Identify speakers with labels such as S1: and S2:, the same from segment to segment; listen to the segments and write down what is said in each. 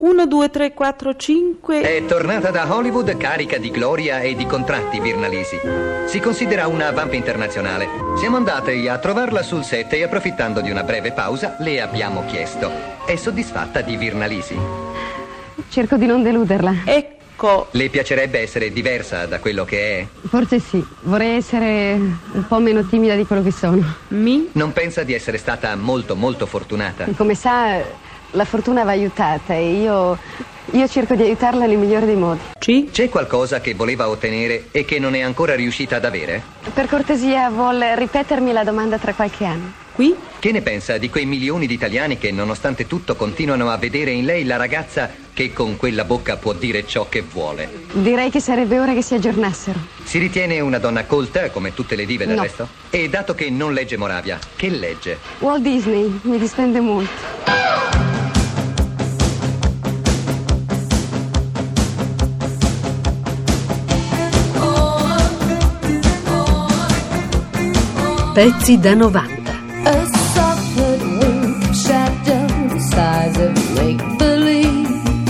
S1: 1, 2, 3, 4, 5...
S2: È tornata da Hollywood carica di gloria e di contratti, Virnalisi. Si considera una vamp internazionale. Siamo andati a trovarla sul set e, approfittando di una breve pausa, le abbiamo chiesto: è soddisfatta di Virnalisi?
S3: Cerco di non deluderla.
S1: Ecco.
S2: Le piacerebbe essere diversa da quello che è?
S3: Forse sì. Vorrei essere un po' meno timida di quello che sono.
S2: Non pensa di essere stata molto, molto fortunata?
S3: Come sa, la fortuna va aiutata e io cerco di aiutarla nel migliore dei modi.
S2: C'è qualcosa che voleva ottenere e che non è ancora riuscita ad avere?
S3: Per cortesia, vuol ripetermi la domanda tra qualche anno?
S1: Qui?
S2: Che ne pensa di quei milioni di italiani che, nonostante tutto, continuano a vedere in lei la ragazza che con quella bocca può dire ciò che vuole?
S3: Direi che sarebbe ora che si aggiornassero.
S2: Si ritiene una donna colta, come tutte le dive del
S3: No.
S2: resto? E dato che non legge Moravia, che legge?
S3: Walt Disney mi dispende molto.
S4: Pezzi da 90.
S5: A soft wing shadow the size of make-believe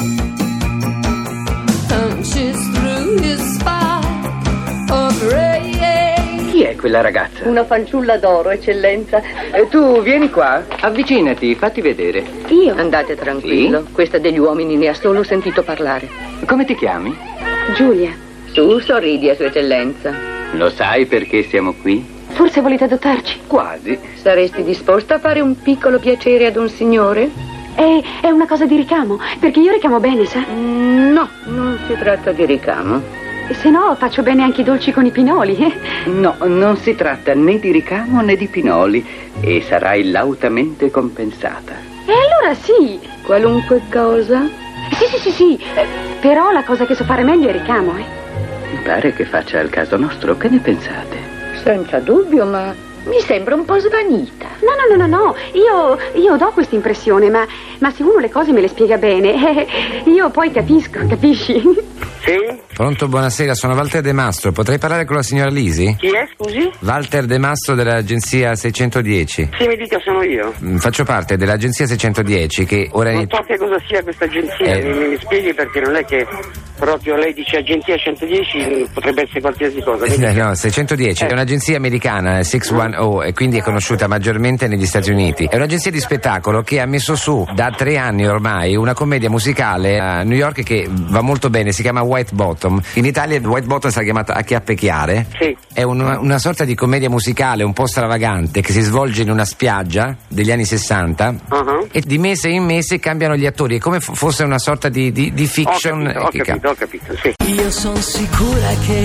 S5: punches through his spine of ray.
S6: Chi è quella ragazza?
S7: Una fanciulla d'oro, eccellenza.
S6: Tu vieni qua, avvicinati, fatti vedere.
S7: Io? Andate tranquillo.
S6: Sì?
S7: Questa degli uomini ne ha solo sentito parlare.
S6: Come ti chiami?
S7: Giulia. Su, sorridi a sua eccellenza.
S6: Lo sai perché siamo qui?
S7: Forse volete adottarci?
S6: Quasi.
S7: Saresti disposta a fare un piccolo piacere ad un signore?
S3: È una cosa di ricamo, perché io ricamo bene, sa?
S7: No, non si tratta di ricamo.
S3: Se no, faccio bene anche i dolci con i pinoli,
S6: No, non si tratta né di ricamo né di pinoli e sarai lautamente compensata.
S3: E allora sì.
S7: Qualunque cosa?
S3: Sì. Però la cosa che so fare meglio è ricamo,
S6: Mi pare che faccia al caso nostro, che ne pensate?
S7: Senza dubbio, ma mi sembra un po' svanita.
S3: No. Io do questa impressione, ma se uno le cose me le spiega bene, io poi capisco, capisci?
S8: Sì?
S9: Pronto, buonasera, sono Walter De Mastro. Potrei parlare con la signora Lisi?
S8: Chi è, scusi?
S9: Walter De Mastro dell'agenzia 610.
S8: Sì, mi dica, sono io.
S9: Faccio parte dell'agenzia 610 che ora...
S8: Non so che cosa sia questa agenzia, mi spieghi, perché non è che proprio lei dice agenzia 110, potrebbe essere qualsiasi cosa.
S9: No, 610 è un'agenzia americana, 610, e quindi è conosciuta maggiormente negli Stati Uniti. È un'agenzia di spettacolo che ha messo su da 3 anni ormai una commedia musicale a New York che va molto bene, si chiama White Bottom. In Italia White Bottom sarà chiamata A Chiappe Chiare.
S8: Sì.
S9: È una sorta di commedia musicale un po' stravagante che si svolge in una spiaggia degli anni 60 e di mese in mese cambiano gli attori, è come fosse una sorta di fiction.
S8: Ho capito, sì.
S5: Io sono sicura che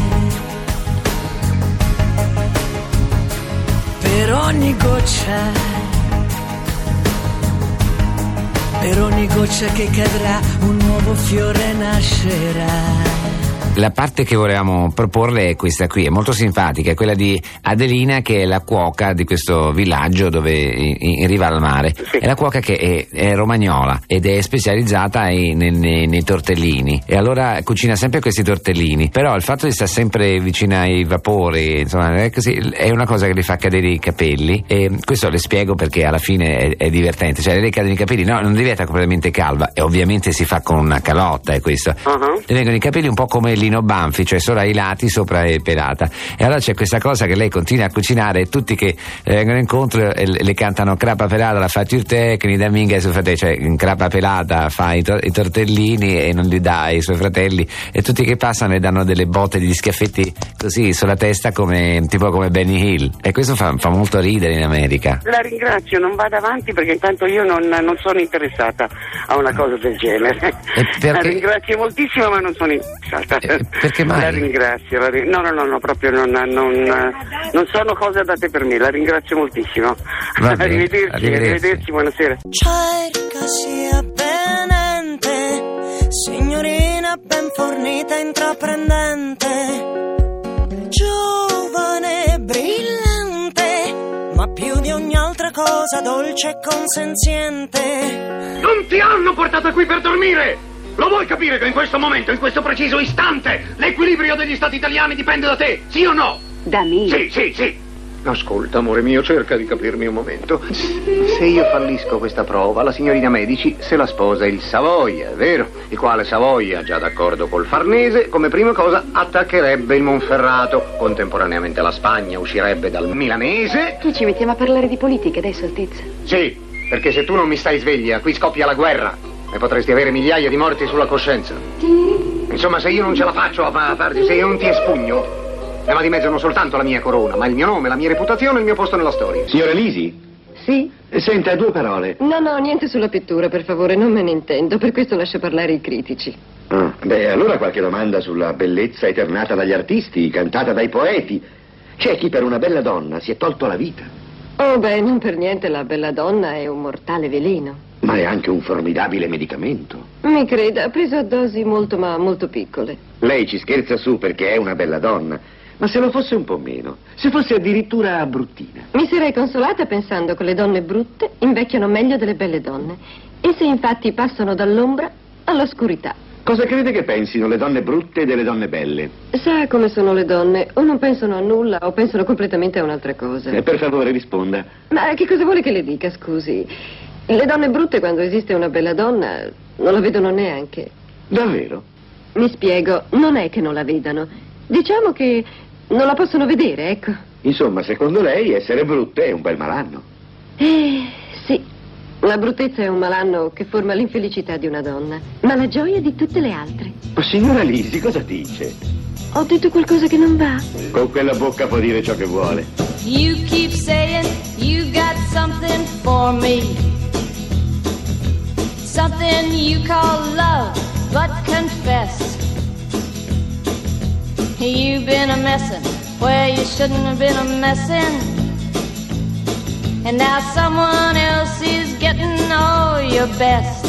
S5: per ogni goccia che cadrà un nuovo fiore nascerà.
S9: La parte che volevamo proporle è questa qui, è molto simpatica, è quella di Adelina, che è la cuoca di questo villaggio dove in riva al mare.
S8: Sì.
S9: È la cuoca che è romagnola ed è specializzata nei tortellini, e allora cucina sempre questi tortellini, però il fatto di stare sempre vicina ai vapori, insomma, è così, è una cosa che le fa cadere i capelli, e questo le spiego perché alla fine è divertente, cioè le cadono i capelli, no, non diventa completamente calva, e ovviamente si fa con una calotta, è questo. Le vengono i capelli un po' come Lino Banfi, cioè solo ai lati, sopra è pelata, e allora c'è questa cosa che lei continua a cucinare, e tutti che vengono incontro le cantano crapa pelata, la fa tecni da minga ai suoi fratelli, cioè crapa pelata fa i tortellini e non li dà ai suoi fratelli, e tutti che passano le danno delle botte di schiaffetti così sulla testa, tipo come Benny Hill, e questo fa molto ridere in America.
S8: La ringrazio, non vada avanti perché intanto io non sono interessata a una cosa del genere. La ringrazio moltissimo, ma non sono interessata.
S9: Perché mai?
S8: La ringrazio, no, proprio non sono cose adatte per me, la ringrazio moltissimo. Arrivederci, buonasera.
S5: Cerca sia benente, signorina ben fornita e intraprendente, giovane, brillante, ma più di ogni altra cosa dolce e consenziente.
S10: Non ti hanno portato qui per dormire! Lo vuoi capire che in questo momento, in questo preciso istante, l'equilibrio degli stati italiani dipende da te, sì o no?
S3: Da me?
S10: Sì. Ascolta, amore mio, cerca di capirmi un momento. Se io fallisco questa prova, la signorina Medici se la sposa il Savoia, è vero? Il quale Savoia, già d'accordo col Farnese, come prima cosa attaccherebbe il Monferrato. Contemporaneamente la Spagna uscirebbe dal Milanese.
S3: Che ci mettiamo a parlare di politica adesso, Altezza?
S10: Sì, perché se tu non mi stai sveglia, qui scoppia la guerra e potresti avere migliaia di morti sulla coscienza. Insomma, se io non ce la faccio a farti, se io non ti espugno, ne va di mezzo non soltanto la mia corona, ma il mio nome, la mia reputazione e il mio posto nella storia.
S11: Signora Lisi?
S7: Sì?
S11: Senta, 2 parole.
S7: No, niente sulla pittura, per favore, non me ne intendo. Per questo lascio parlare i critici.
S11: Allora qualche domanda sulla bellezza eternata dagli artisti, cantata dai poeti. C'è chi per una bella donna si è tolto la vita.
S7: Oh, beh, non per niente la bella donna è un mortale veleno.
S11: Ma è anche un formidabile medicamento.
S7: Mi creda, preso a dosi molto piccole.
S11: Lei ci scherza su perché è una bella donna, ma se lo fosse un po' meno, se fosse addirittura bruttina.
S7: Mi sarei consolata pensando che le donne brutte invecchiano meglio delle belle donne. E se infatti passano dall'ombra all'oscurità.
S11: Cosa crede che pensino le donne brutte delle donne belle?
S7: Sa come sono le donne, o non pensano a nulla o pensano completamente a un'altra cosa.
S11: Per favore risponda.
S7: Ma che cosa vuole che le dica, scusi? Le donne brutte, quando esiste una bella donna, non la vedono neanche.
S11: Davvero?
S7: Mi spiego, non è che non la vedano. Diciamo che non la possono vedere, ecco.
S11: Insomma, secondo lei essere brutte è un bel malanno.
S7: Sì. La bruttezza è un malanno che forma l'infelicità di una donna, ma la gioia di tutte le altre.
S11: Ma signora Lisi, cosa dice?
S7: Ho detto qualcosa che non va?
S11: Con quella bocca può dire ciò che vuole.
S12: You keep saying you got something for me, something you call love, but confess you've been a messin' where you shouldn't have been a messin', and now someone else is getting all your best.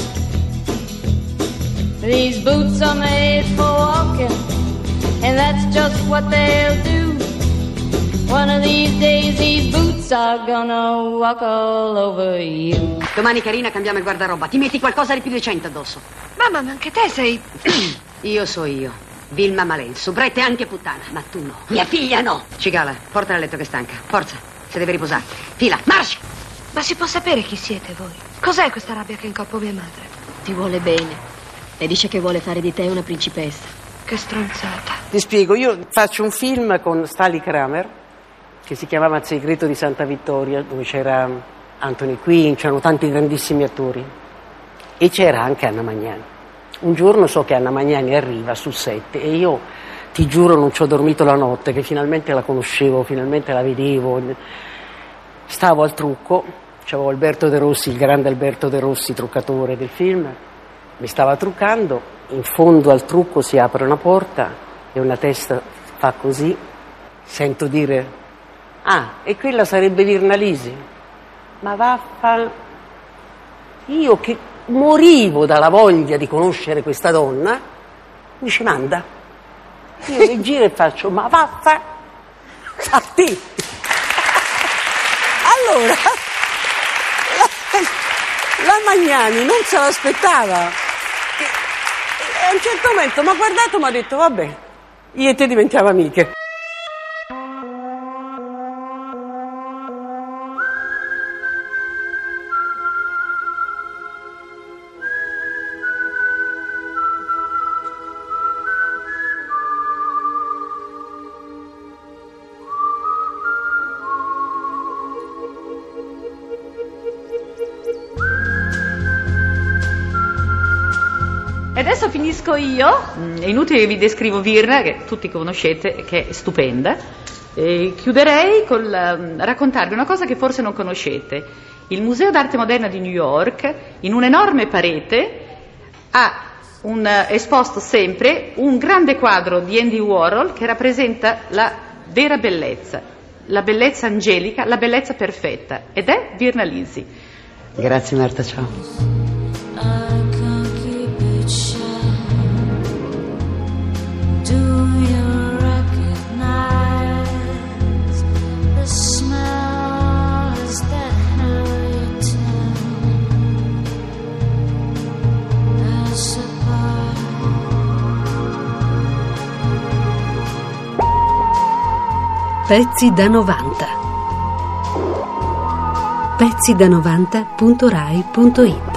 S12: These boots are made for walking, and that's just what they'll do. One of these days these boots are gonna walk all over you.
S3: Domani, carina, cambiamo il guardaroba. Ti metti qualcosa di più decente addosso.
S13: Mamma, ma anche te sei...
S3: Io so io. Vilma Malen, soubrette e anche puttana. Ma tu no. Mia figlia no. Cigala, portala a letto che è stanca. Forza, se deve riposare. Fila, marcia!
S13: Ma si può sapere chi siete voi? Cos'è questa rabbia che incorpo mia madre?
S14: Ti vuole bene. E dice che vuole fare di te una principessa.
S13: Che stronzata.
S15: Ti spiego, io faccio un film con Stanley Kramer che si chiamava Il segreto di Santa Vittoria, dove c'era Anthony Quinn, c'erano tanti grandissimi attori e c'era anche Anna Magnani. Un giorno so che Anna Magnani arriva sul set e io ti giuro non ci ho dormito la notte, che finalmente la conoscevo, finalmente la vedevo. Stavo al trucco, c'avevo Alberto De Rossi, il grande Alberto De Rossi, truccatore del film, mi stava truccando, in fondo al trucco si apre una porta e una testa fa così, sento dire: ah, e quella sarebbe Virna Lisi? Ma vaffa, io che morivo dalla voglia di conoscere questa donna, mi dice: manda. Io mi giro e faccio: ma vaffa a te. Allora la Magnani non se l'aspettava e a un certo momento mi ha guardato e mi ha detto: vabbè, io e te diventiamo amiche.
S16: E adesso finisco io, è inutile che vi descrivo Virna, che tutti conoscete, che è stupenda. Chiuderei con raccontarvi una cosa che forse non conoscete. Il Museo d'Arte Moderna di New York, in un'enorme parete, ha esposto sempre un grande quadro di Andy Warhol che rappresenta la vera bellezza, la bellezza angelica, la bellezza perfetta, ed è Virna Lisi.
S15: Grazie Marta, ciao.
S4: Pezzi da 90. pezzida90.rai.it